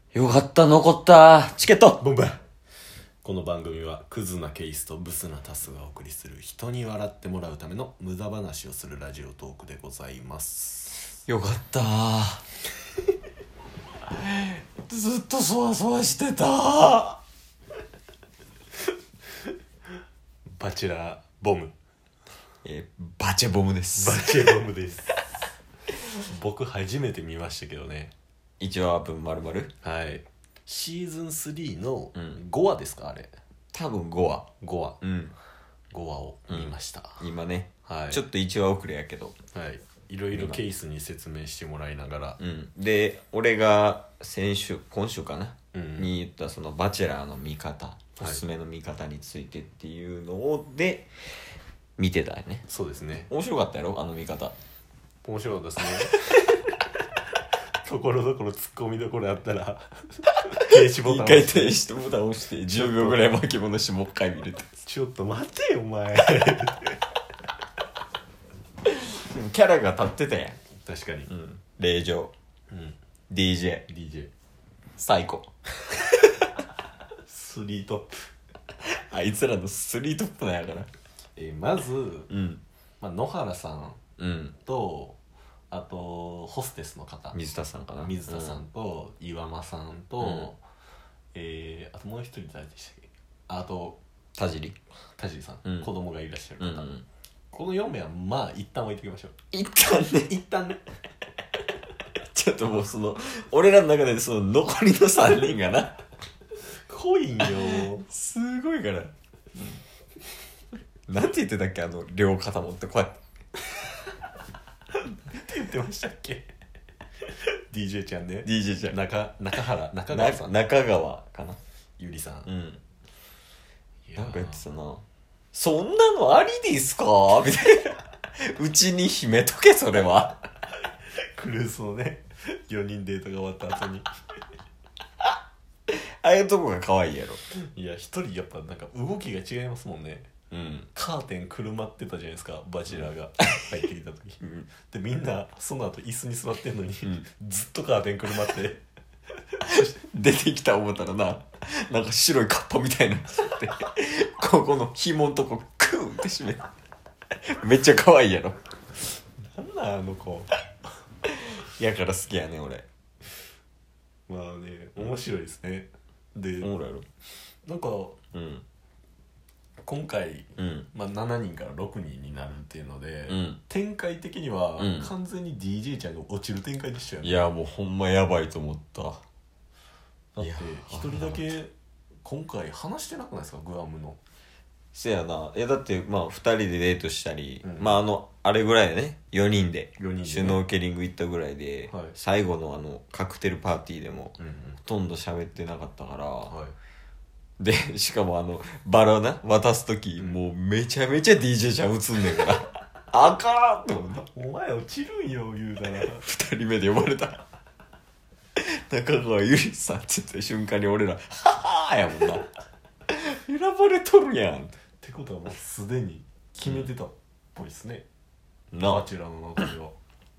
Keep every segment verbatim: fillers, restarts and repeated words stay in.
よかった、残ったチケット。 ボンバー。この番組はクズなケイスとブスなタスがお送りする人に笑ってもらうための無駄話をするラジオトークでございます。 よかったずっとそわそわしてた。 バチェラーボム。 えー、バチェボムです。 バチェボムです僕初めて見ましたけどね。 いちわぶん丸々。 はい。シーズンスリーのうんごわですか、あれ。 多分ごわ。 ごわ。 うんごわを見ました。 今ね、 はい。 ちょっといちわ遅れやけど。 はいいろいろケースに説明してもらいながら、 うんで俺が先週今週かな、 うんに言ったそのバチェラーの見方、おすすめの見方についてっていうのをで見てたよね。 そうですね。 面白かったやろ、あの見方。 面白かったですねところどころツッコミどころあったら停止ボタン一回停止ボタン押してじゅうびょうぐらい巻き戻してもう一回見るって。 ちょっと待てよお前キャラが立ってたやん。 確かに、 うん、令嬢、 うん、 ディージェー、 ディージェーサイコスリートップあいつらのスリートップなんやから。 えー、まず、 うんまあ、野原さんうんとあとホステスの方水田さんかな。 水田さんと岩間さんと、 うんえー、あともう一人誰でしたっけ。あと田尻。 田尻さん、 うん子供がいらっしゃる方、 うんうんこのよんめいはまあ一旦置いておきましょう。 一旦ね一旦ねちょっともうその俺らの中でその残りのさんにんがな濃いんよすごいから、うん、なんて言ってたっけ、あの両肩持ってこうやってって言ってましたっけディージェー ちゃんね。 ディージェー ちゃん中中原中川さん、 中川かな。 ゆりさん、 うんいやーなんか言ってたな。そんなのありですかみたいな。うちに秘めとけそれは。 クルーズのねよにんデートが終わった後にああいうとこが可愛いやろ。 いや一人やっぱなんか動きが違いますもんね。 うんカーテンくるまってたじゃないですか、バチェラーが入ってきた時、 うん、 でみんなその後椅子に座ってんのに、 んずっとカーテンくるまって出てきた思ったらな、なんか白いカッパみたいなのつってここの紐んとこクーンって締めてめっちゃ可愛いやろ。 なんなんあの子。 やから好きやねん俺。 まあね面白いですね。でおもろいやろ。 なんかうん今回、 うんまあ、しちにんからろくにんになるっていうので、 うん展開的にはうん完全に ディージェー ちゃんが落ちる展開でしたよね。 いやもうほんまやばいと思った。 だっていや一人だけ今回話してなくないですか、グアムの。 せやな。いやだってまあふたりでデートしたり、 うんまああのあれぐらいね、よにんでよにんでねシュノーケリング行ったぐらいで、 はい最後のあのカクテルパーティーでもうんうんほとんど喋ってなかったから、 はいでしかもあのバラな渡す時、 うんもうめちゃめちゃ ディージェー ちゃん映んねんからあかんって思ってお前落ちるんよ言うたらふたりめで呼ばれた中川ゆりさんって言った瞬間に俺らははーやもんな選ばれとるやんっってことはもうすでに決めてたっぽいですね、 てなバチェラーの中では。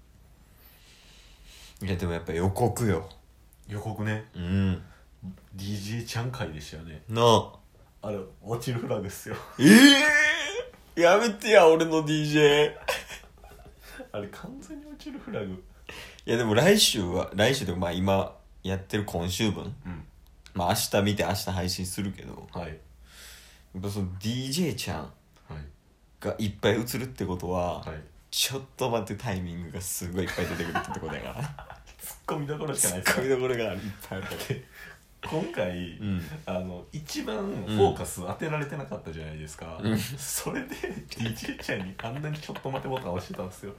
いやでもやっぱ予告よ。 予告ね、 うんディージェー ちゃん回でしたよね。 なああれ落ちるフラグっすよええー、やめてや俺の ディージェーあれ完全に落ちるフラグ。 いやでも来週は来週でもまあ今やってる今週分、 うんまあ明日見て明日配信するけど、 はいやっぱその ディージェー ちゃんはいがいっぱい映るってことは、 はいちょっと待ってタイミングがすごいいっぱい出てくるってことやからツッコミどころしかないツッコミどころがいっぱいあるから今回、 うんあの一番フォーカス当てられてなかったじゃないですか、 うんそれで ディージェー ちゃんにあんなにちょっと待てボタン押してたんですよ。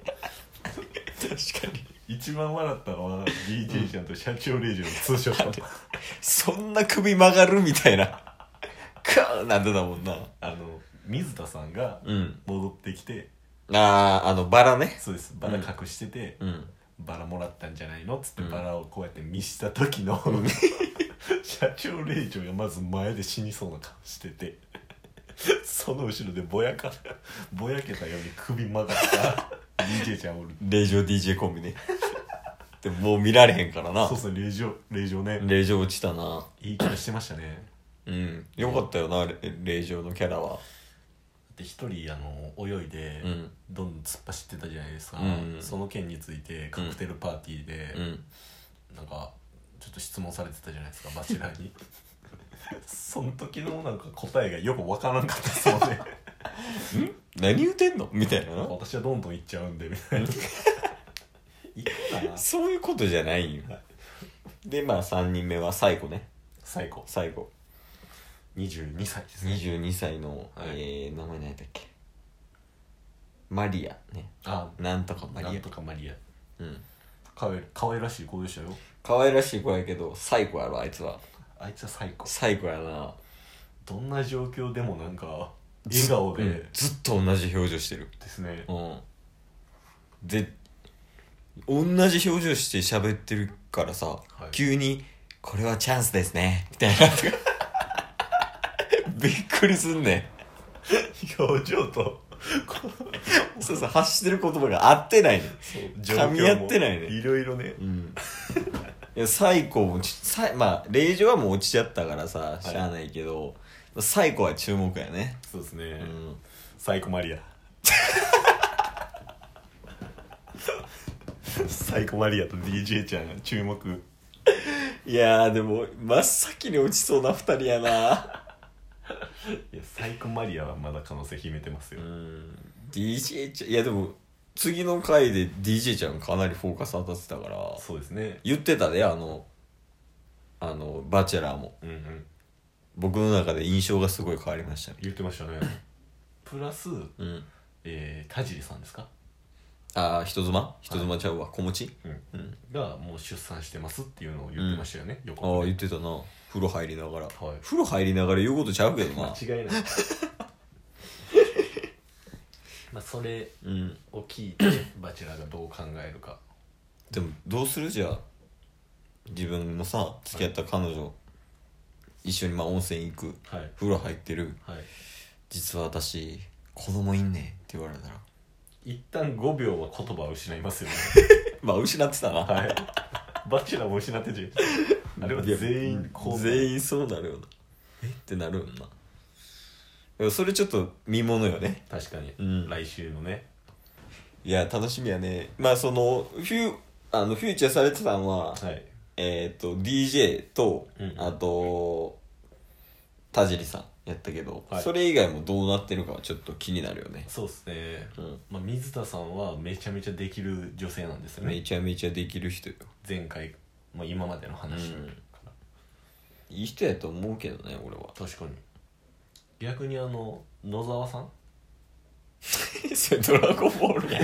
確かに一番笑ったのは ディージェー ちゃんと社長令嬢のツーショットそんな首曲がるみたいなカーンなんてたもんな。 あの水田さんがうん戻ってきて、 あああのバラね。 そうですバラ隠してて、 うんバラもらったんじゃないのっつってうんバラをこうやって見した時の、社長令嬢がまず前で死にそうな顔しててその後ろでぼやかぼやけたように首曲がった ディージェー ちゃんおる。 令嬢 ディージェー コンビねでももう見られへんからな。 そうそう、令状令状ね、 令状落ちたな。 いいキャラしてましたね。 うんよかったよな令状のキャラは。 で一人あの泳いで、 うんどんどん突っ走ってたじゃないですか、 うんその件についてカクテルパーティーで、 うんなんかちょっと質問されてたじゃないですかバチェラーにその時のなんか答えがよくわからんかったですもんね何言うてんのみたいなな。 私はどんどん行っちゃうんでみたいな行くかな。 そういうことじゃないんよ。でまあさんにんめは最後ね。 最後最後にじゅうにさいですね。 にじゅうにさいの、 はいえー、名前何やったっけ。マリアね。 あなんとかマリア。 なんとかマリア、 うんかわい可愛らしい子でしたよ。 可愛らしい子やけど最高やろあいつは。 あいつは最高。 最高やな。 どんな状況でもなんか笑顔で、 うんずっと同じ表情してる。 ですね。 うんで同じ表情して喋ってるからさ、 はい急に「これはチャンスですね」みたいなびっくりすんね表情とん。そうそう発してる言葉が合ってないねん。噛み合ってないね。 いろいろね。 うんいや最高もちさまあ令状はもう落ちちゃったからさしゃあないけど、最高は注目やね。 そうですね、 うんサイコマリアサイコマリアと ディージェー ちゃんが注目。 いやーでも真っ先に落ちそうなふたりやな。 いやサイコマリアはまだ可能性秘めてますよ、 うん ディージェー ちゃんいやでも次の回で ディージェー ちゃんかなりフォーカス当たってたからそうですね。 言ってたであのあのバチェラーもうんうん、 僕の中で印象がすごい変わりましたね。 言ってましたねプラス、 うんえー、田尻さんですか、 ああ人妻人妻ちゃうわ子持ち。 うんうんがもう出産してますっていうのを言ってましたよね、予あ告で。 あ言ってたな。風呂入りながら、 はい風呂入りながら言うことちゃうけどな。 間違いないまあそれうんを聞いてバチェラーがどう考えるか。 でもどうするじゃあ自分のさ付き合った彼女、一緒にまあ温泉行くはい風呂入ってるはい、 実は私子供いんねんって言われたら一旦ごびょうは言葉を失いますよねまあ失ってたな。 はいバチェラーも失っててあれは全員こう全員そうなるよな。えってなるよな。でもそれちょっと見ものよね。 確かに、 うん来週のね。 いや楽しみやね。まあそのフュあのフューチャーされてたのは、 はいえっ、ー、と ディージェー と、 うんあと田尻さんやったけど、 はい、 それ以外もどうなってるかはちょっと気になるよね。 そうですね、 うんまあ、水田さんはめちゃめちゃできる女性なんですよね。 めちゃめちゃできる人よ。 前回、まあ、今までの話うんから、 いい人やと思うけどね俺は。 確かに。逆にあの野沢さんそれドラゴンボールや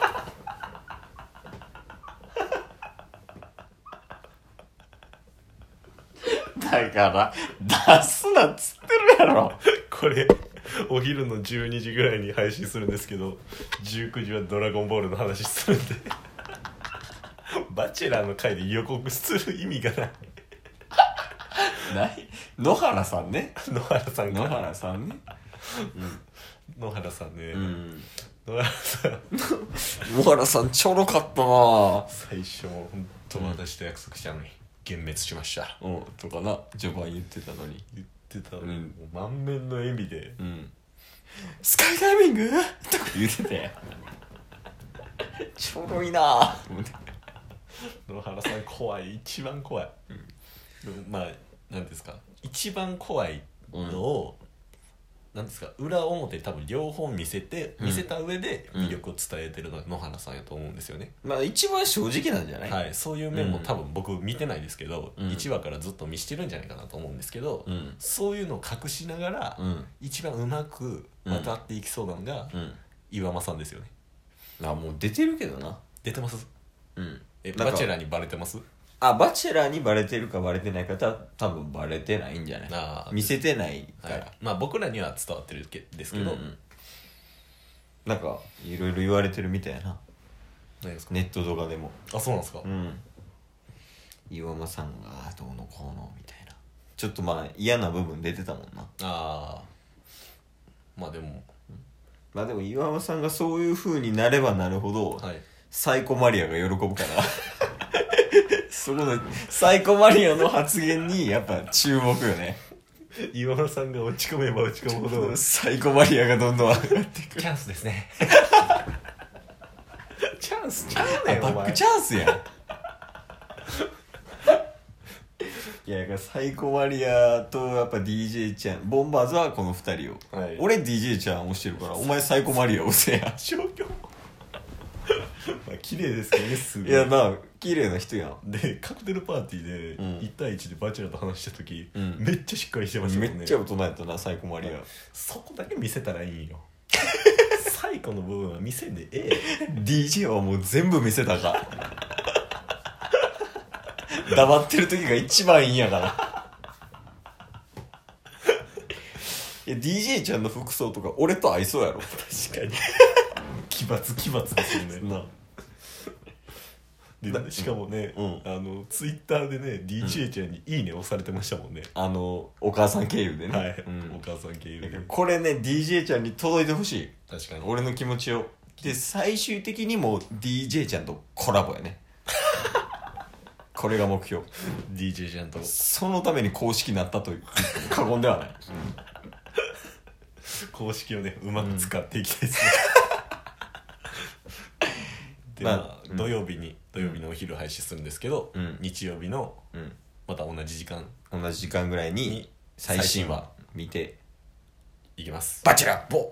だから出すなっつってるやろこれお昼のじゅうにじぐらいに配信するんですけどじゅうくじはドラゴンボールの話するんでバチェラーの回で予告する意味がないない野原さんね。 野原さん野が原さんね。 野原さんね、 うん野原さん野原さんちょろかったな。 最初も本当私と約束したのに幻滅しましたうんとかな序盤言ってたのに。 言ってた、 うんもう満面の笑みでうんスカイダイビングとか言ってたやんちょろいなぁと思って野原さん怖い一番怖い、でもまあ何ですか一番怖いのを、なんですか裏表多分両方見せて見せた上で魅力を伝えてるのが野原さんやと思うんですよね、 まあ一番正直なんじゃない。 はい、そういう面も多分僕見てないですけど、 うんいちわからずっと見してるんじゃないかなと思うんですけど、 うんそういうのを隠しながら、 うん一番うまく渡っていきそうなのが、 うん岩間さんですよね。 あもう出てるけどな。 出てますうんえなんかバチェラーにバレてますあバチェラーにバレてるかバレてないかた多分バレてないんじゃない。 あー見せてないから、 はい、まあ僕らには伝わってるけですけど、 うんうんなんかいろいろ言われてるみたいな。 何ですかネットとかでもあそうなんですか、 うん岩間さんがどうのこうのみたいなちょっとまあ嫌な部分出てたもんな。 ああまあでもまあでも岩間さんがそういう風になればなるほど、 はいサイコマリアが喜ぶからそこのサイコマリアの発言にやっぱ注目よね。 岩村さんが落ち込めば落ち込むほどサイコマリアがどんどん上がっていく。 チャンスですねチャンスちゃうねんお前バックチャンスやん。いやだからサイコマリアとやっぱ ディージェー ちゃん、ボンバーズはこのふたりを、 はい、 俺 ディージェー ちゃん推してるからお前サイコマリア押せや。 状況まあ綺麗ですけどね、すごい。 いやな、綺麗な人やん。 でカクテルパーティーでうんいち対いちでバチェラーと話した時、 うんめっちゃしっかりしてましたもんね。 めっちゃ大人やったなサイコマリア。 そこだけ見せたらいいんよサイコの部分は見せんでええ。 ディージェー はもう全部見せたか黙ってる時が一番いいんやから。いや ディージェー ちゃんの服装とか俺と合いそうやろ。 確かに奇抜奇抜ですよねなでしかもね、 うん、 あのツイッターでね ディージェー ちゃんにいいね押されてましたもんね、 あのお母さん経由でね、 はい、 うん、 お母さん経由で。 これね ディージェー ちゃんに届いてほしい。 確かに俺の気持ちを。で最終的にもう ディージェー ちゃんとコラボやねこれが目標。 ディージェー ちゃんとそのために公式になったと言っても過言ではない、 公式をねうまく使っていきたいですね、うん、でまあ、まあうん、土曜日に土曜日のお昼配信するんですけど、うん、日曜日の、うん、また同じ時間同じ時間ぐらいに最新話見ていきます。 バチェラーボ